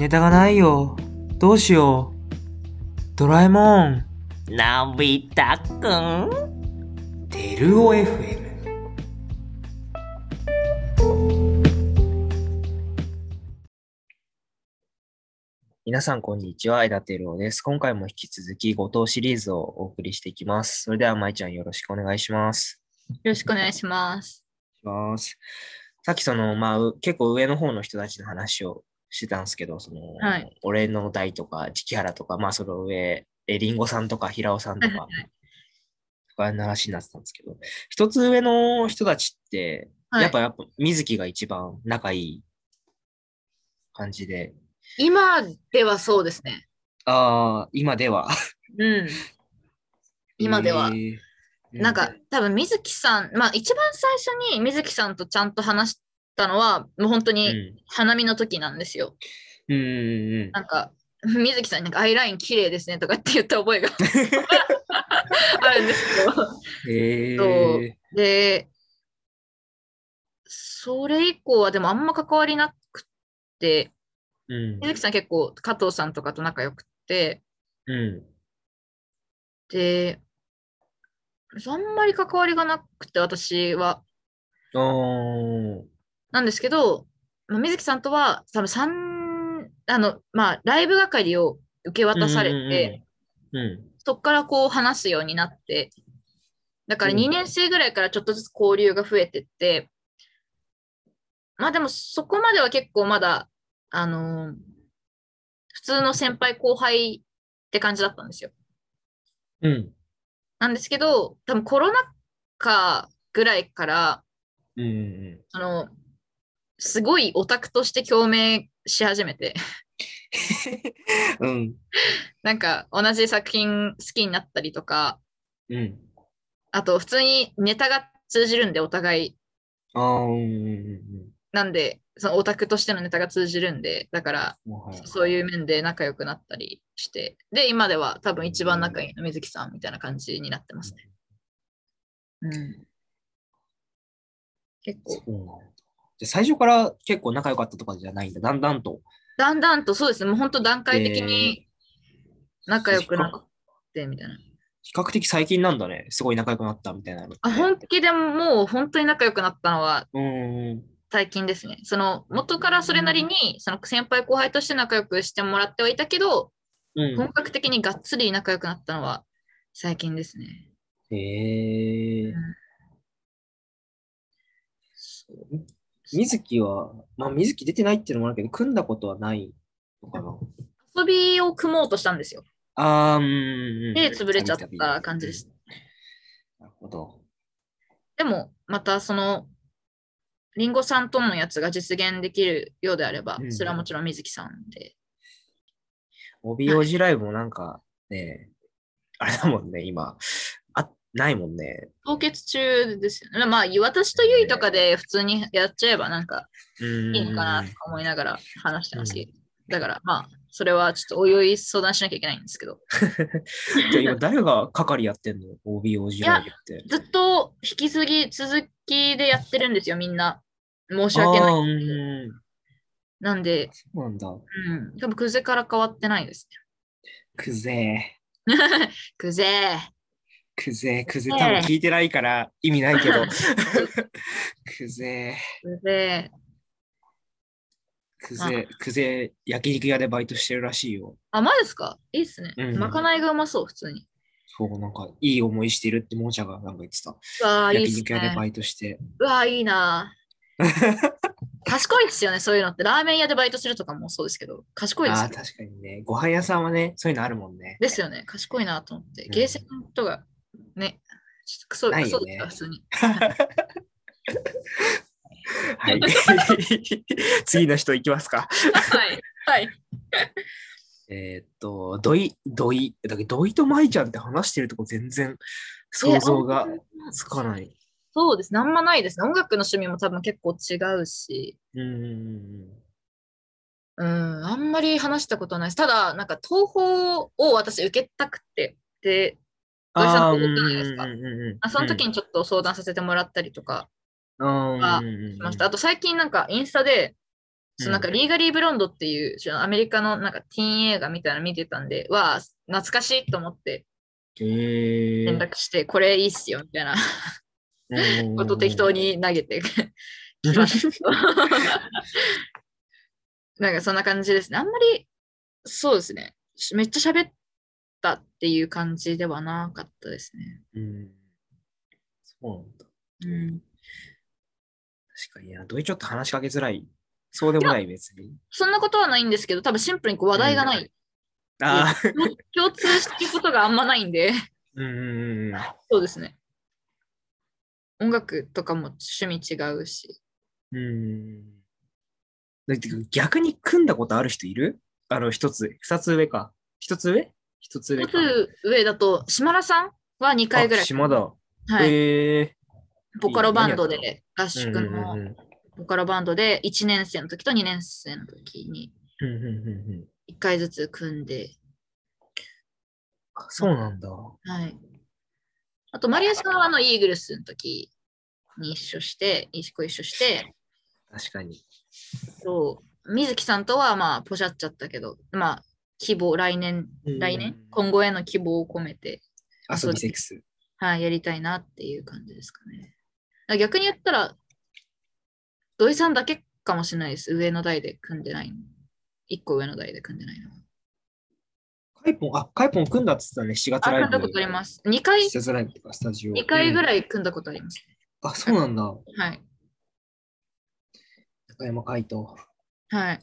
ネタがないよ。どうしよう。ドラえもん。 のび太くん。 テルオ FM。皆さんこんにちは、枝テルオです。今回も引き続き後藤シリーズをお送りしていきます。それでは舞ちゃんよろしくお願いします。 よろしくお願いします。 さっき結構上の方の人たちの話をしてたんですけど、 はい。 俺の代とか、チキハラとか、その上、リンゴさんとか、平尾さんとか、とかの話になってたんですけど、一つ上の人たちって、 はいやっぱ、水木が一番仲いい感じで、 今ではそうですね。 今では。 うん。今では。なんか、多分水木さん、一番最初に水木さんとちゃんと話したのは、もう本当に花見の時なんですよ。なんか、水木さんにアイライン綺麗ですねとかって言った覚えがあるんですけど。で、それ以降はでもあんま関わりなくて、水木さん結構加藤さんとかと仲良くて、で、あんまり関わりがなくて、私は。なんですけど、水木さんとは多分ライブ係を受け渡されて、そこからこう話すようになって、だから2年生ぐらいからちょっとずつ交流が増えてって、でもそこまでは結構まだ、普通の先輩後輩って感じだったんですよ。なんですけど、多分コロナ禍ぐらいから、すごいオタクとして共鳴し始めてなんか同じ作品好きになったりとか、あと普通にネタが通じるんでお互い。なんで、そのオタクとしてのネタが通じるんで、だからそういう面で仲良くなったりして、で、今では多分一番仲いいの水木さんみたいな感じになってますね。結構。 最初から結構仲良かったとかじゃないんだ。だんだんと、 そうですね。もう本当段階的に仲良くなってみたいな。 比較的最近なんだね。すごい仲良くなったみたいなの。 本気でもう本当に仲良くなったのは最近ですね。その元からそれなりにその先輩後輩として仲良くしてもらってはいたけど、本格的にがっつり仲良くなったのは最近ですね。 水木は、水木出てないっていうのもあるけど、組んだことはないのかな。 遊びを組もうとしたんですよ。で、潰れちゃった感じです。 なるほど。 でも、またリンゴさんとのやつが実現できるようであれば、それはもちろん水木さんで。 OBOG ライブもなんかね、あれだもんね、今。ないもんね。 凍結中ですよね。私とゆいとかで普通にやっちゃえばなんかいいのかなとか思いながら話してますけど。だからそれはちょっとおいおい相談しなきゃいけないんですけど。 じゃあ今誰が係やってんの ?OBOG ライブって。 ずっと引き継ぎ続きでやってるんですよ、みんな。申し訳ない。なんで、 そうなんだ。 多分クゼから変わってないですね。クゼクゼ多分聞いてないから意味ないけど。クゼ焼肉屋でバイトしてるらしいよ。 マジですか？いいっすね。まかないがうまそう、普通に。 そう、なんかいい思いしてるってもんちゃがなんか言ってた。焼肉屋でバイトして。 いいな賢いですよね、そういうのって。ラーメン屋でバイトするとかもそうですけど、賢いですよ。 確かにね。ご飯屋さんはね、そういうのあるもんね。 ですよね。賢いなと思って。ゲーセンとかね、クソですか、普通に。 はい。次の人いきますか。 はい。 土井と舞ちゃんって話してるとこ全然想像がつかない。 そうですね。あんまないですね。音楽の趣味も多分結構違うし。あんまり話したことないです。ただ、なんか東宝を私受けたくて、で、土井さんと思ったじゃないですか。その時にちょっと相談させてもらったりとかしました。あと最近なんかインスタで、 なんかリーガリー・ブロンドっていうアメリカのなんかティーン映画みたいなの見てたんで、懐かしいと思って連絡して、これいいっすよみたいなこと適当に投げてきました。なんかそんな感じですね。あんまり、そうですね。めっちゃ喋ったっていう感じではなかったですね。 そうなんだ。 うん、 確かにな。土井ちょっと話しかけづらい。そうでもない別に。 そんなことはないんですけど、多分シンプルに話題がない。 ああ。 共通してることがあんまないんで。そうですね。音楽とかも趣味違うし。 逆に組んだことある人いる？二つ上か。一つ上か。 一つ上だと、島田さんは2回ぐらい。 島田。 はい。ボカロバンドで、合宿のボカロバンドで1年生の時と2年生の時に1回ずつ組んで。 そうなんだ。 はい。あと、マリアさんはイーグルスの時に一緒して。 確かに。 そう。水木さんとはまあ、ポシャっちゃったけど、まあ、来年、今後への希望を込めて、 遊びセックス。 はい、やりたいなっていう感じですかね。逆に言ったら、土井さんだけかもしれないです。上の台で組んでないの。1個上の台で組んでないの。 カイポン組んだって言ってたね、7月ライブ。 組んだことあります。2回、 7月ライブとかスタジオ。 2回ぐらい組んだことあります。 そうなんだ。 はい。 高山海斗。 はい。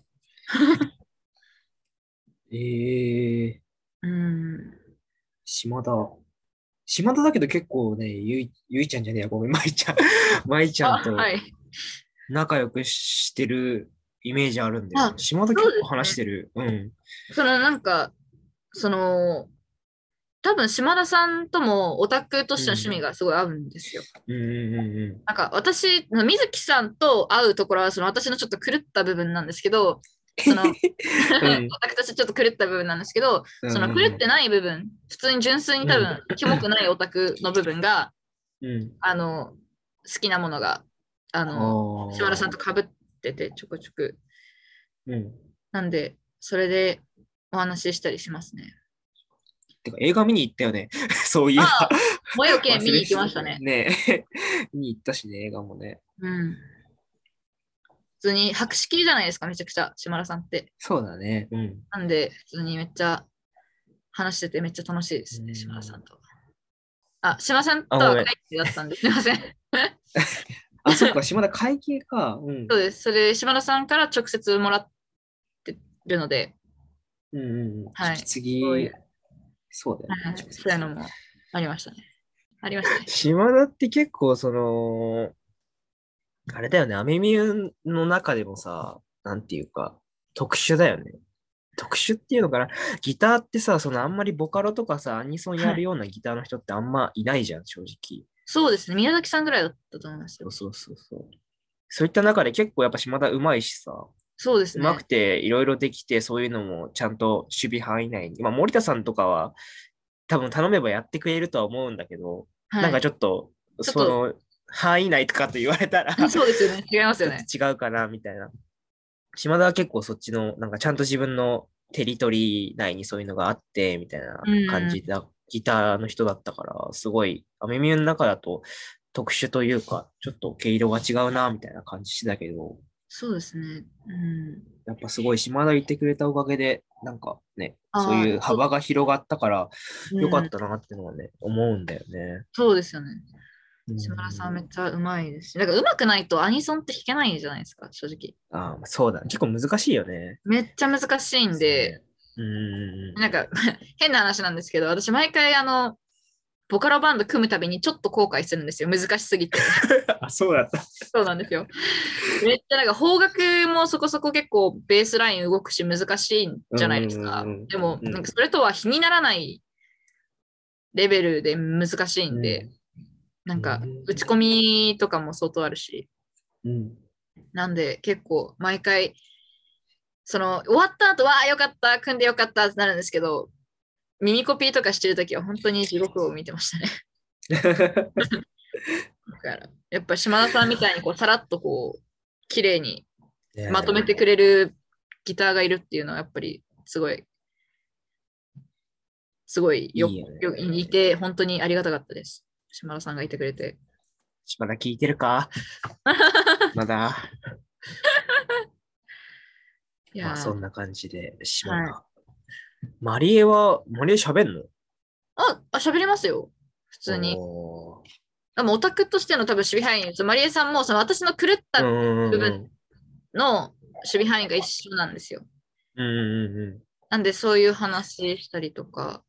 島田だけど結構ね、ゆいちゃんじゃねえや、ごめん、まいちゃんと仲良くしてるイメージあるんで、島田結構話してる。 なんか、多分島田さんともオタクとしての趣味がすごい合うんですよ。なんか水木さんと会うところは私のちょっと狂った部分なんですけど、オタクとしてちょっと狂った部分なんですけど、狂ってない部分、普通に純粋に多分、キモくないオタクの部分が、好きなものが、島田さんと被ってて、ちょくちょく。なんで、それでお話ししたりしますね。 てか映画見に行ったよね。そういう。 萌えよけ見に行きましたね。 見に行ったしね、映画もね。 普通に博識じゃないですか、めちゃくちゃ、島田さんって。 そうだね。 なんで、普通にめっちゃ話しててめっちゃ楽しいですね、島田さんと。島田さんとは会計だったんですみません。 そっか、島田会計か。 そうです。それ、島田さんから直接もらってるので。 はい。次、そうだよね。 そういうのもありましたね。 島田って結構あれだよね、アメミューの中でもさ、なんていうか、特殊だよね。特殊っていうのかな。ギターってさ、あんまりボカロとかさ、アニソンやるようなギターの人ってあんまいないじゃん、正直。 そうですね。宮崎さんぐらいだったと思いますよ。 そう。そういった中で結構やっぱ島田うまいしさ。 そうですね。 うまくていろいろできて、そういうのもちゃんと守備範囲内に。森田さんとかは多分頼めばやってくれるとは思うんだけど、なんかちょっと、範囲内とかと言われたらそうですよね。違いますよね。 違うかな、みたいな。島田は結構そっちの、なんかちゃんと自分のテリトリー内にそういうのがあって、みたいな感じで、ギターの人だったから、すごい、アメミューの中だと特殊というか、ちょっと毛色が違うな、みたいな感じしてたけど、 そうですね。 やっぱすごい島田言ってくれたおかげで、なんかね、そういう幅が広がったから、よかったなってのはね、思うんだよね。 そうですよね。島田さんめっちゃうまいですし、だからうまくないとアニソンって弾けないじゃないですか、正直。 そうだ。結構難しいよね。 めっちゃ難しいんで、なんか変な話なんですけど、私毎回ボカロバンド組むたびにちょっと後悔するんですよ。難しすぎて。 そうだった。 そうなんですよ。めっちゃなんか邦楽もそこそこ結構ベースライン動くし難しいんじゃないですか。でも、なんかそれとは比にならないレベルで難しいんで、なんか打ち込みとかも相当あるし。なんで結構毎回、終わった後はよかった、組んでよかったってなるんですけど、耳コピーとかしてるときは本当に地獄を見てましたね。だからやっぱ島田さんみたいにさらっと綺麗にまとめてくれるギターがいるっていうのはやっぱりすごいいて、本当にありがたかったです。島田さんがいてくれて。 島田聞いてるかまだ。まあそんな感じで、島田。はい、マリエ喋んの？ 喋りますよ。普通に。でもオタクとしての多分守備範囲、マリエさんもその私の狂った部分の守備範囲が一緒なんですよ。なんでそういう話したりとか、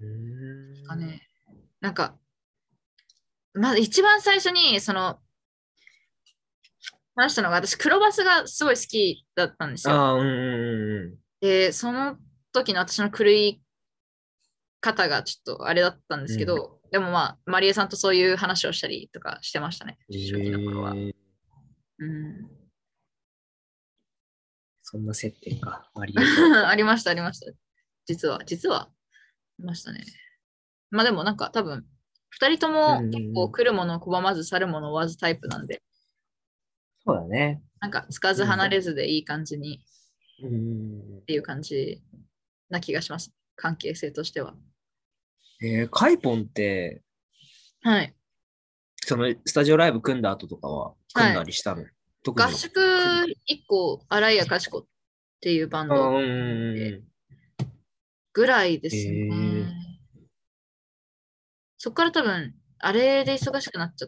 なんか、まず一番最初にその話したのが、私黒バスがすごい好きだったんですよ。で、その時の私の狂い方がちょっとあれだったんですけど、でもまあ、マリエさんとそういう話をしたりとかしてましたね。初期の頃は。 そんな接点か、マリエと。ありました。実は、いましたね。まあでもなんか多分、二人とも結構来るものを拒まず去るものを追わずタイプなんで。 そうだね。 なんか、つかず離れずでいい感じに、っていう感じな気がします。関係性としては。 カイポンって、 はい。 そのスタジオライブ組んだ後とかは組んだりしたの？はい、 合宿1個、荒井やかしこっていうバンドぐらいですね。そっから多分、あれで忙しくなっちゃって、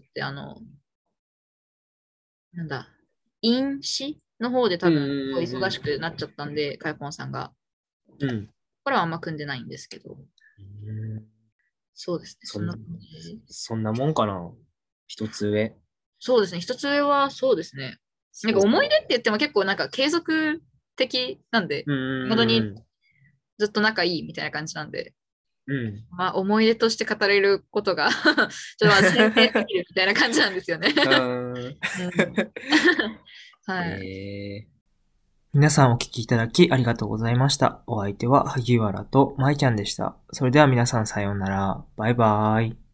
なんだ、飲酒の方で多分、忙しくなっちゃったんで、カイポンさんが。これはあんま組んでないんですけど。そうですね。 そんなもんかな。一つ上。 そうですね。一つ上はそうですね。なんか思い出って言っても結構なんか継続的なんで、本当にずっと仲いいみたいな感じなんで、まあ思い出として語れることがちょっとまあ先生すぎるみたいな感じなんですよね。 はい。皆さんお聞きいただきありがとうございました。お相手は萩原と舞ちゃんでした。それでは皆さんさようなら。バイバーイ。